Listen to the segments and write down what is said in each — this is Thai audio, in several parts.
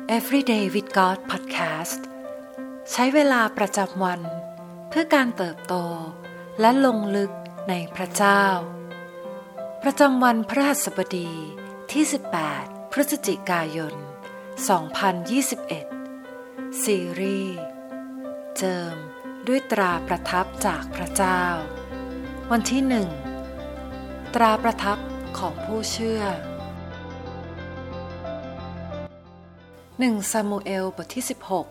Everyday with God Podcast ใช้เวลาประจำวันเพื่อการเติบโตและลงลึกในพระเจ้าประจำวันพฤหัสบดีที่18พฤศจิกายน2021ซีรีส์เจิมด้วยตราประทับจากพระเจ้าวันที่1ตราประทับของผู้เชื่อ1ซามูเอลบทที่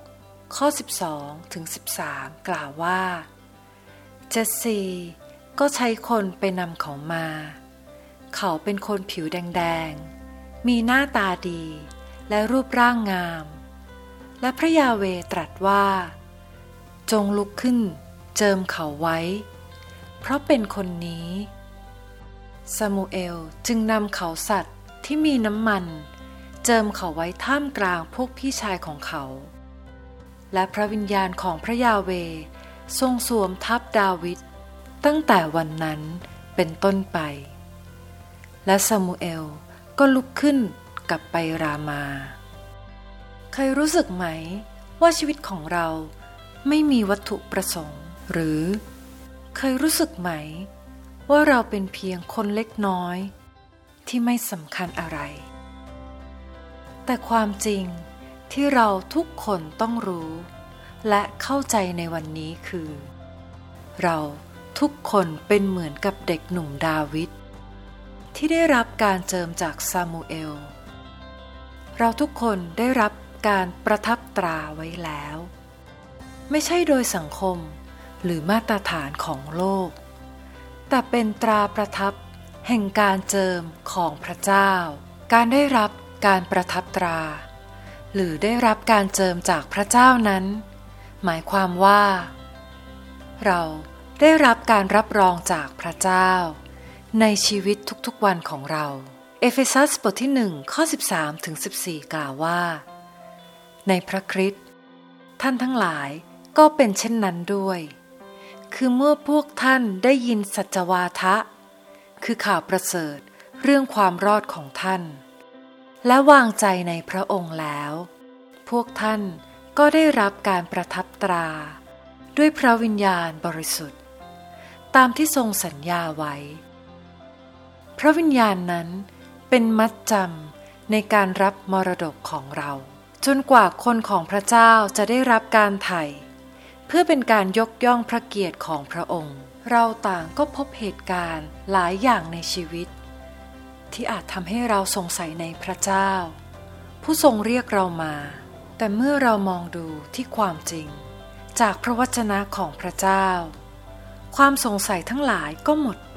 16ข้อ12ถึง13กล่าวว่าเจสซีก็ใช้คนไปนำเขามาเขาเป็นคนผิวแดงๆมีหน้าตาดีและรูปร่างงามและพระยาเวห์ตรัสว่าจงลุกขึ้นเจิมเขาไว้เพราะเป็นคนนี้ซามูเอลจึงนำเขาสัตว์ที่มีน้ำมันเจิมเขาไว้ท่ามกลางพวกพี่ชายของเขาและพระวิญญาณของพระยาเวห์ทรงสวมทับดาวิดตั้งแต่วันนั้นเป็นต้นไปและซามูเอลก็ลุกขึ้นกลับไปรามาเคยรู้สึกไหมว่าชีวิตของเราไม่มีวัตถุประสงค์หรือเคยรู้สึกไหมว่าเราเป็นเพียงคนเล็กน้อยที่ไม่สำคัญอะไรแต่ความจริงที่เราทุกคนต้องรู้และเข้าใจในวันนี้คือเราทุกคนเป็นเหมือนกับเด็กหนุ่มดาวิดที่ได้รับการเจิมจากซามูเอลเราทุกคนได้รับการประทับตราไว้แล้วไม่ใช่โดยสังคมหรือมาตรฐานของโลกแต่เป็นตราประทับแห่งการเจิมของพระเจ้าการได้รับการประทับตราหรือได้รับการเจิมจากพระเจ้านั้นหมายความว่าเราได้รับการรับรองจากพระเจ้าในชีวิตทุกๆวันของเราเอเฟซัสบทที่1ข้อ13ถึง14กล่าวว่าในพระคริสต์ท่านทั้งหลายก็เป็นเช่นนั้นด้วยคือเมื่อพวกท่านได้ยินสัจวาทะคือข่าวประเสริฐเรื่องความรอดของท่านและวางใจในพระองค์แล้วพวกท่านก็ได้รับการประทับตราด้วยพระวิญญาณบริสุทธิ์ตามที่ทรงสัญญาไว้พระวิญญาณนั้นเป็นมัดจำในการรับมรดกของเราจนกว่าคนของพระเจ้าจะได้รับการไถ่เพื่อเป็นการยกย่องพระเกียรติของพระองค์เราต่างก็พบเหตุการณ์หลายอย่างในชีวิตที่อาจทำให้เราสงสัยในพระเจ้าผู้ทรงเรียกเรามาแต่เมื่อเรามองดูที่ความจริงจากพระวจนะของพระเจ้าความสงสัยทั้งหลายก็หมดไป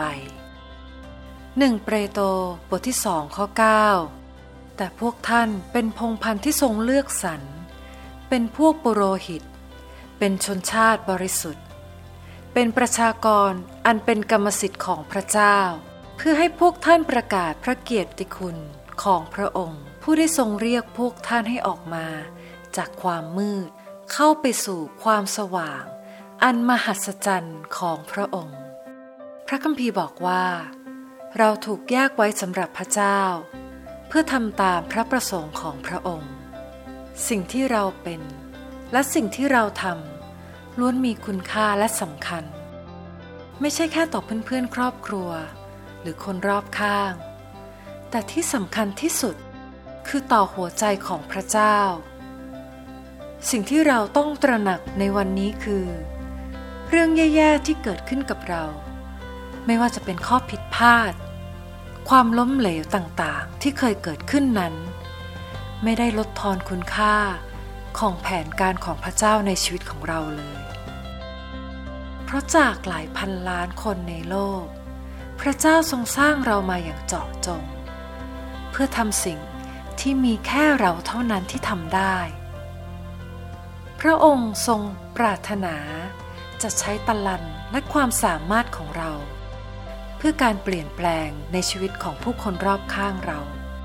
1เปโตรบทที่2ข้อ9แต่พวกท่านเป็นพงศ์พันธุ์ที่ทรงเลือกสรรเป็นพวกปุโรหิตเป็นชนชาติบริสุทธิ์เป็นประชากรอันเป็นกรรมสิทธิ์ของพระเจ้าเพื่อให้พวกท่านประกาศพระเกียรติคุณของพระองค์ผู้ได้ทรงเรียกพวกท่านให้ออกมาจากความมืดเข้าไปสู่ความสว่างอันมหัศจรรย์ของพระองค์พระคัมภีร์บอกว่าเราถูกแยกไว้สำหรับพระเจ้าเพื่อทำตามพระประสงค์ของพระองค์สิ่งที่เราเป็นและสิ่งที่เราทำล้วนมีคุณค่าและสำคัญไม่ใช่แค่ต่อเพื่อนๆครอบครัวหรือคนรอบข้างแต่ที่สำคัญที่สุดคือต่อหัวใจของพระเจ้าสิ่งที่เราต้องตระหนักในวันนี้คือเรื่องแย่ๆที่เกิดขึ้นกับเราไม่ว่าจะเป็นข้อผิดพลาดความล้มเหลวต่างๆที่เคยเกิดขึ้นนั้นไม่ได้ลดทอนคุณค่าของแผนการของพระเจ้าในชีวิตของเราเลยเพราะจากหลายพันล้านคนในโลกพระเจ้าทรงสร้างเรามาอย่างเจาะจงเพื่อทำสิ่งที่มีแค่เราเท่านั้นที่ทำได้พระองค์ทรงปรารถนาจะใช้ตะลันและความสามารถของเราเพื่อการเปลี่ยนแปลงในชีวิตของผู้คนรอบข้างเรา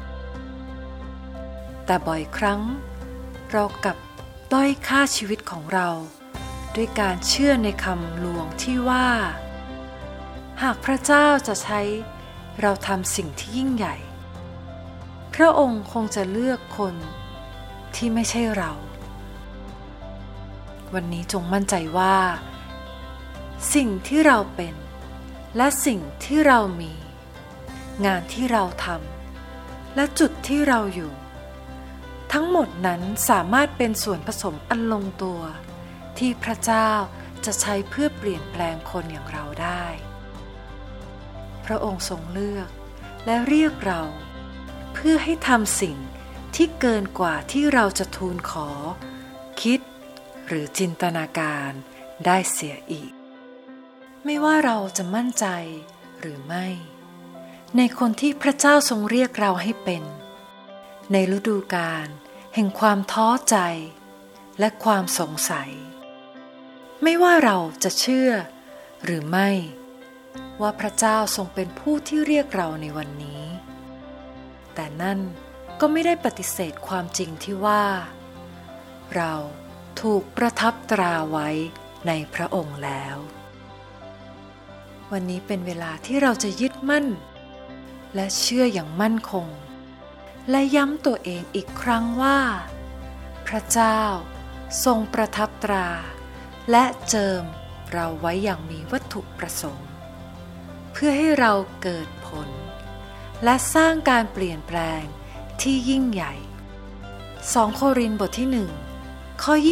แต่บ่อยครั้งเรากลับด้อยค่าชีวิตของเราด้วยการเชื่อในคำลวงที่ว่าหากพระเจ้าจะใช้เราทำสิ่งที่ยิ่งใหญ่พระองค์คงจะเลือกคนที่ไม่ใช่เราวันนี้จงมั่นใจว่าสิ่งที่เราเป็นและสิ่งที่เรามีงานที่เราทำและจุดที่เราอยู่ทั้งหมดนั้นสามารถเป็นส่วนผสมอันลงตัวที่พระเจ้าจะใช้เพื่อเปลี่ยนแปลงคนอย่างเราได้พระองค์ทรงเลือกและเรียกเราเพื่อให้ทำสิ่งที่เกินกว่าที่เราจะทูลขอคิดหรือจินตนาการได้เสียอีกไม่ว่าเราจะมั่นใจหรือไม่ในคนที่พระเจ้าทรงเรียกเราให้เป็นในฤดูกาลแห่งความท้อใจและความสงสัยไม่ว่าเราจะเชื่อหรือไม่ว่าพระเจ้าทรงเป็นผู้ที่เรียกเราในวันนี้แต่นั่นก็ไม่ได้ปฏิเสธความจริงที่ว่าเราถูกประทับตราไว้ในพระองค์แล้ววันนี้เป็นเวลาที่เราจะยึดมั่นและเชื่ออย่างมั่นคงและย้ำตัวเองอีกครั้งว่าพระเจ้าทรงประทับตราและเจิมเราไว้อย่างมีวัตถุประสงค์เพื่อให้เราเกิดผลและสร้างการเปลี่ยนแปลงที่ยิ่งใหญ่2 โครินธ์บทที่ 1 ข้อ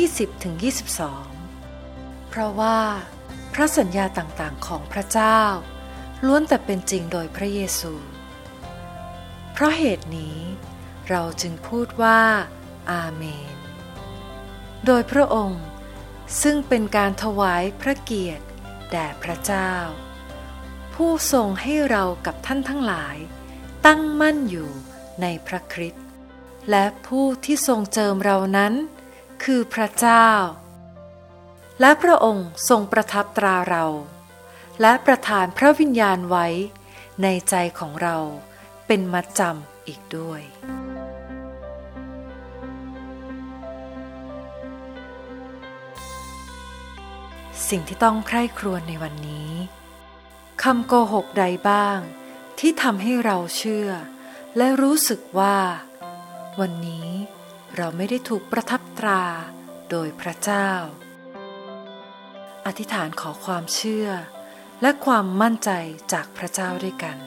20-22 เพราะว่าพระสัญญาต่างๆของพระเจ้าล้วนแต่เป็นจริงโดยพระเยซูเพราะเหตุนี้เราจึงพูดว่าอาเมนโดยพระองค์ซึ่งเป็นการถวายพระเกียรติแด่พระเจ้าผู้ทรงให้เรากับท่านทั้งหลายตั้งมั่นอยู่ในพระคริสต์และผู้ที่ทรงเจิมเรานั้นคือพระเจ้าและพระองค์ทรงประทับตราเราและประทานพระวิญญาณไว้ในใจของเราเป็นมัดจำอีกด้วยสิ่งที่ต้องใคร่ครวญในวันนี้คำโกหกใดบ้างที่ทำให้เราเชื่อและรู้สึกว่าวันนี้เราไม่ได้ถูกประทับตราโดยพระเจ้าอธิษฐานขอความเชื่อและความมั่นใจจากพระเจ้าด้วยกัน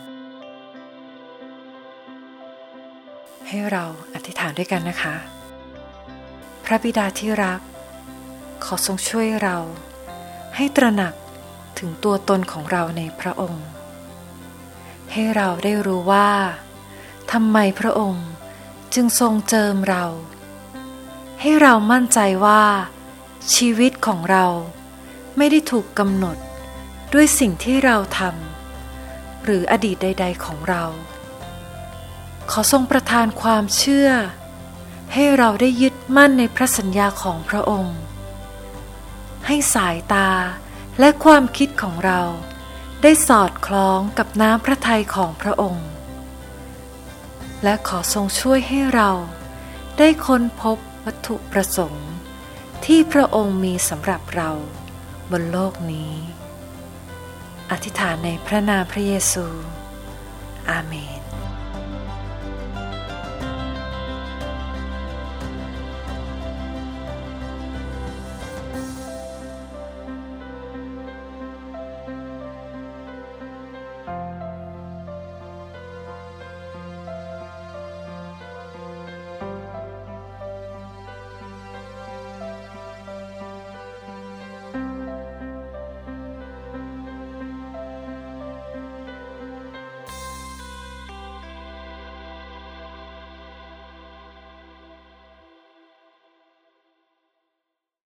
ให้เราอธิษฐานด้วยกันนะคะพระบิดาที่รักขอทรงช่วยเราให้ตระหนักถึงตัวตนของเราในพระองค์ให้เราได้รู้ว่าทำไมพระองค์จึงทรงเจิมเราให้เรามั่นใจว่าชีวิตของเราไม่ได้ถูกกำหนดด้วยสิ่งที่เราทำหรืออดีตใดๆของเราขอทรงประทานความเชื่อให้เราได้ยึดมั่นในพระสัญญาของพระองค์ให้สายตาและความคิดของเราได้สอดคล้องกับน้ำพระทัยของพระองค์และขอทรงช่วยให้เราได้ค้นพบวัตถุประสงค์ที่พระองค์มีสำหรับเราบนโลกนี้อธิษฐานในพระนามพระเยซูอาเมน